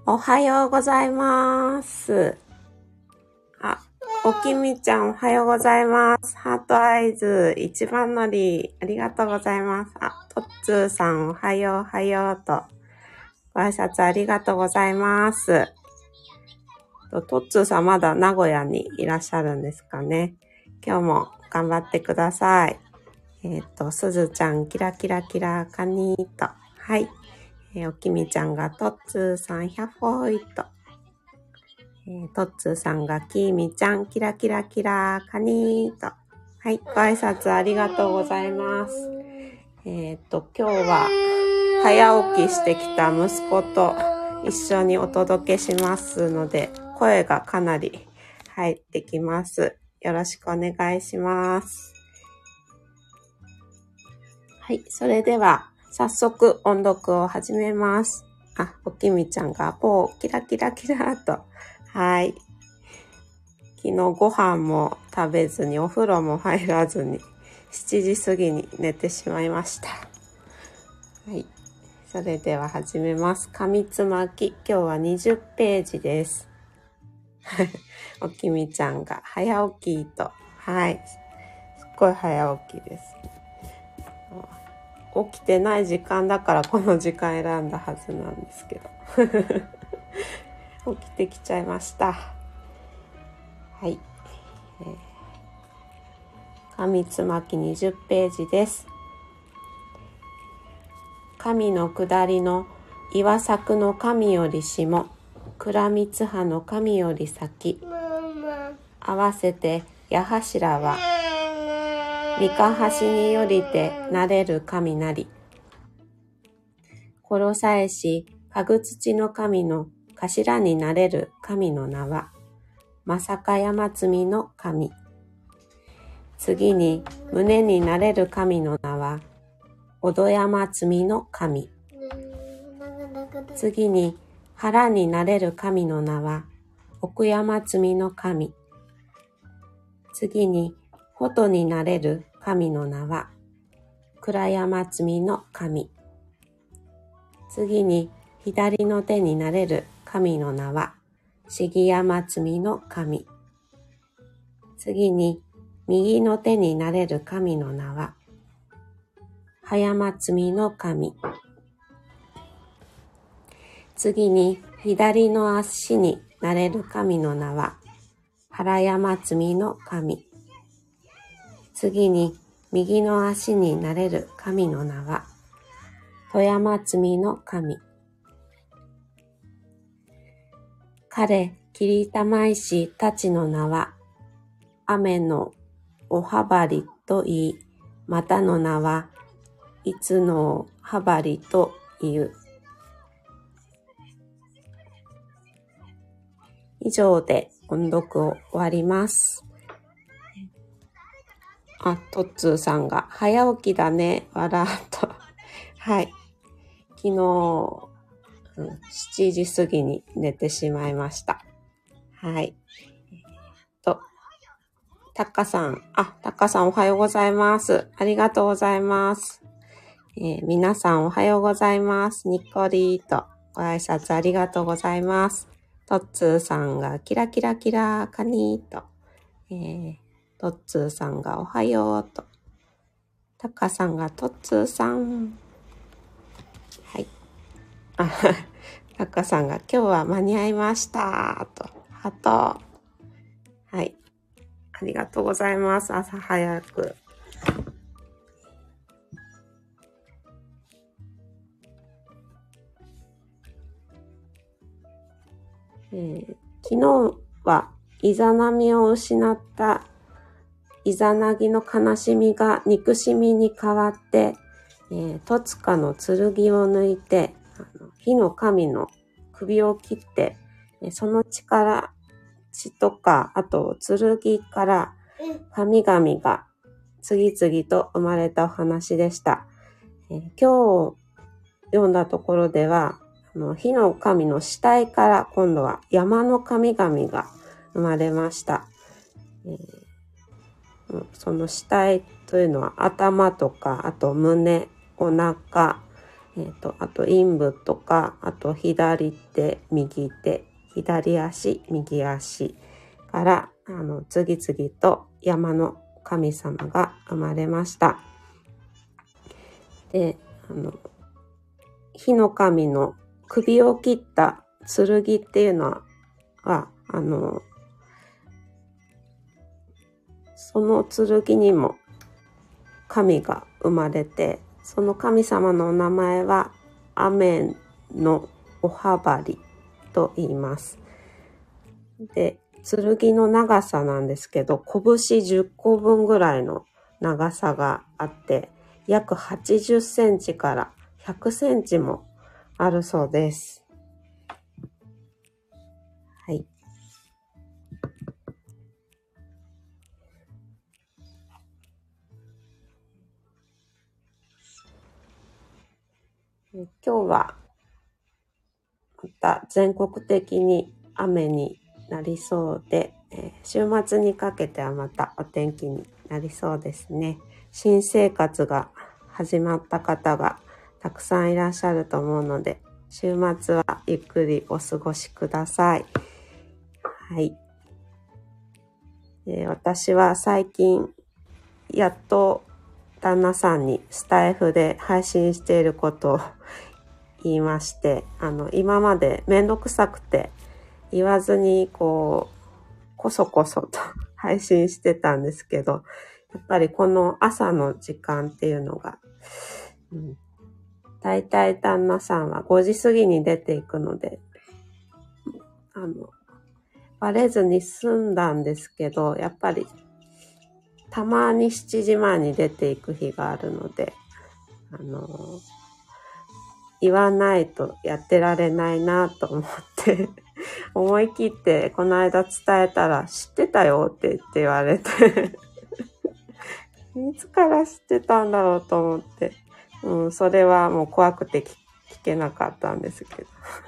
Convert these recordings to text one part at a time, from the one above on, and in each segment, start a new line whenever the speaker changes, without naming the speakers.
おはようございます。おきみちゃんおはようございます。ハートアイズ一番乗りありがとうございます。トッツーさんおはようおはようとご挨拶ありがとうございます。トッツーさんまだ名古屋にいらっしゃるんですかね。今日も頑張ってください。すずちゃんキラキラキラカニーと。はい。おきみちゃんがトッツーさん100ポイと。トッツーさんがきーみちゃんキラキラキラカニーと。はい。ご挨拶ありがとうございます。今日は早起きしてきた息子と一緒にお届けしますので、声がかなり入ってきます。よろしくお願いします。はい。それでは、早速音読を始めます。おきみちゃんがポーキラキラキラと。はい。昨日ご飯も食べずにお風呂も入らずに7時過ぎに寝てしまいました。はい。それでは始めます。紙つまき。今日は20ページです。おきみちゃんが早起きと。はい。すっごい早起きです。起きてない時間だからこの時間選んだはずなんですけど。起きてきちゃいました。はい。紙つまき20ページです。神の下りの岩作の神より下、倉光葉の神より先、合わせて矢柱は、三日端によりてなれる神なり。殺さえし、かぐ土の神の頭になれる神の名は、まさか山積みの神。次に胸になれる神の名は、おど山積みの神。次に腹になれる神の名は、奥山積みの神。次に外になれる神の名は、倉山積みの神。次に左の手になれる神の名は、茂山積みの神。次に右の手になれる神の名は、葉山積みの神。次に左の足になれる神の名は、原山積みの神。次に右の足になれる神の名は、富山積みの神。彼、霧玉石たちの名は、雨のおはばりと言い、またの名は、いつのはばりという。以上で音読を終わります。トッツーさんが、早起きだね、わらーと。はい。昨日、7時過ぎに寝てしまいました。はい。タッカさんおはようございます。ありがとうございます。皆さんおはようございます。にっこりーとご挨拶ありがとうございます。トッツーさんがキラキラキラカニーと、トッツーさんがおはようと、タッカさんがトッツーさん。はい。タッカさんが今日は間に合いましたと、ハト。はい。ありがとうございます。朝早く。昨日はイザナミを失ったイザナギの悲しみが憎しみに変わって、トツカの剣を抜いて、火の神の首を切って、その血とか、あと剣から神々が次々と生まれたお話でした。今日読んだところでは、火の神の死体から今度は山の神々が生まれました。その死体というのは頭とか、あと胸、お腹、 あと陰部とか、あと左手、右手、左足、右足から、次々と山の神様が生まれました。で、火の神の首を切った剣っていうのは、その剣にも神が生まれて、その神様のお名前は雨のおはばりと言います。で、剣の長さなんですけど、拳10個分ぐらいの長さがあって、約80センチから100センチもあるそうです。はい。今日はまた全国的に雨になりそうで、週末にかけてはまたお天気になりそうですね。新生活が始まった方がたくさんいらっしゃると思うので、週末はゆっくりお過ごしください。はい。私は最近やっと旦那さんにスタイフで配信していることを言いまして、今までめんどくさくて言わずにこそこそと配信してたんですけど、やっぱりこの朝の時間っていうのが、だいたい旦那さんは5時過ぎに出ていくので、バレずに済んだんですけど、やっぱりたまに7時前に出ていく日があるので、言わないとやってられないなと思って思い切ってこの間伝えたら、知ってたよって言われていつから知ってたんだろうと思って、それはもう怖くて聞けなかったんですけ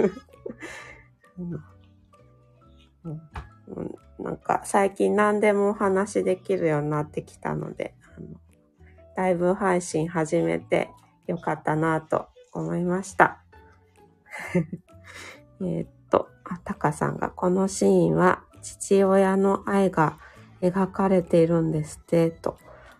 どなんか最近何でもお話できるようになってきたので、ライブ配信始めてよかったなと思いましたタカさんが、このシーンは父親の愛が描かれているんですってと。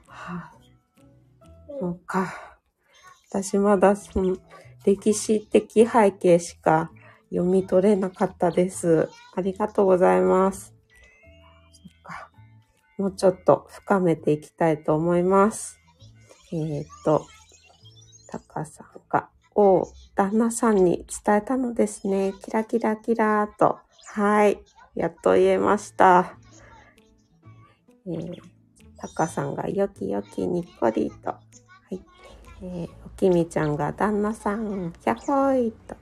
そうか。私まだその歴史的背景しか読み取れなかったです。ありがとうございます。そっか。もうちょっと深めていきたいと思います。タカさんが、旦那さんに伝えたのですね。キラキラキラーと。はい。やっと言えました。タカさんがよきよきにっこりと。はい。おきみちゃんが旦那さん、ひゃっほいと。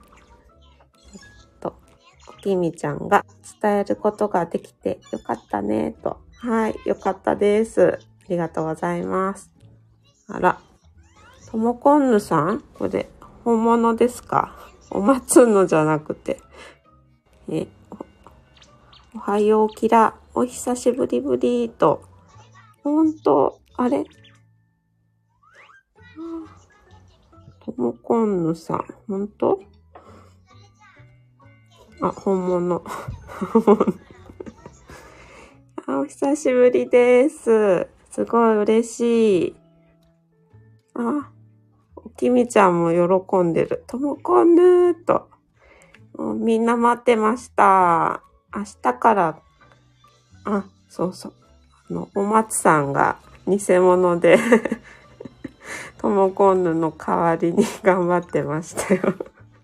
おきみちゃんが伝えることができてよかったねと。はい。よかったです。ありがとうございます。あら。ともこんぬさん、これ本物ですか？お松のじゃなくて。おはようキラ、お久しぶりぶりと。ほんと、あれともこんぬさん、ほんと？本物。お久しぶりです。すごい嬉しい。おきみちゃんも喜んでる。ともこんぬーと。みんな待ってました。明日から、そうそう。お松さんが偽物でともこんぬの代わりに頑張ってましたよ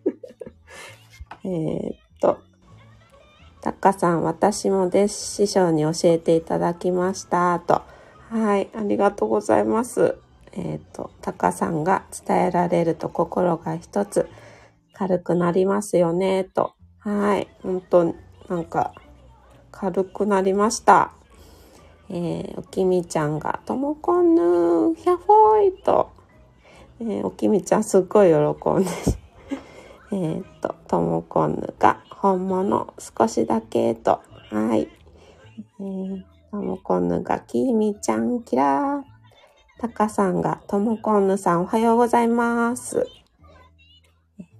タカさん、私もです。師匠に教えていただきましたと。はい、ありがとうございます。タカさんが伝えられると心が一つ軽くなりますよねと。はい、本当なんか軽くなりました。おきみちゃんがともこんぬひゃほーいと。おきみちゃんすっごい喜んでともこんぬが本物少しだけと。はい。ともこんぬがきみちゃんキラー。たかさんがともこんぬさんおはようございます。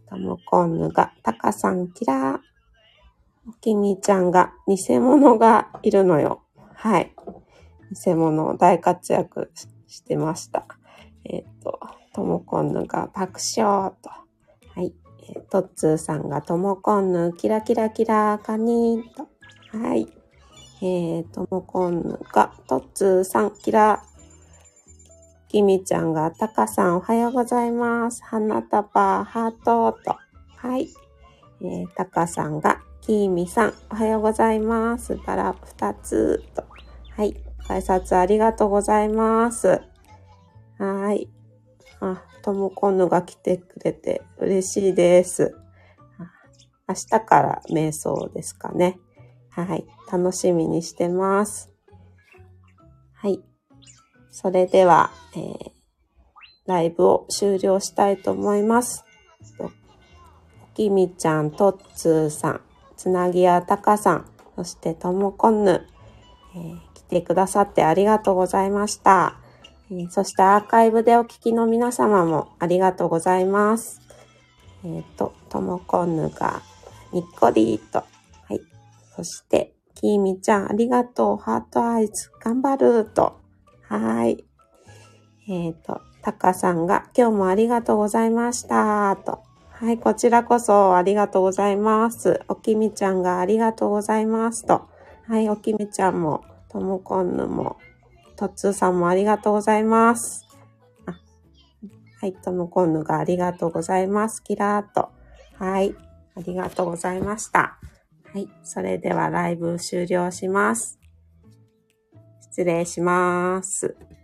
ともこんぬが、たかさんキラー。おきみちゃんが、偽物がいるのよ。はい。偽物大活躍してました。ともこんぬが爆笑と。はい。とっつーさんがともこんぬキラキラキラカニーと。はい。ともこんぬがとっつーさんキラ。きみちゃんがたかさんおはようございます。花束ハートと。はい。たかさんがきみさんおはようございます。バラ2つと。はい。ご挨拶ありがとうございます。はい。ともこんぬが来てくれて嬉しいです。明日から瞑想ですかね。はい。楽しみにしてます。はい。それでは、ライブを終了したいと思います。おきみちゃん、とっつーさん、つなぎやたかさん、そしてともこんぬ、来てくださってありがとうございました。そしてアーカイブでお聞きの皆様もありがとうございます。ともこんぬがにっこりと。はい。そして、きーみちゃんありがとう。ハートアイズ頑張ると。はい。たかさんが今日もありがとうございましたと。はい。こちらこそありがとうございます。おきみちゃんがありがとうございますと。はい。おきみちゃんも、ともこんぬも、とっつーさんもありがとうございます。はい、ともこんぬがありがとうございます。キラーと。はい、ありがとうございました。はい、それではライブ終了します。失礼します。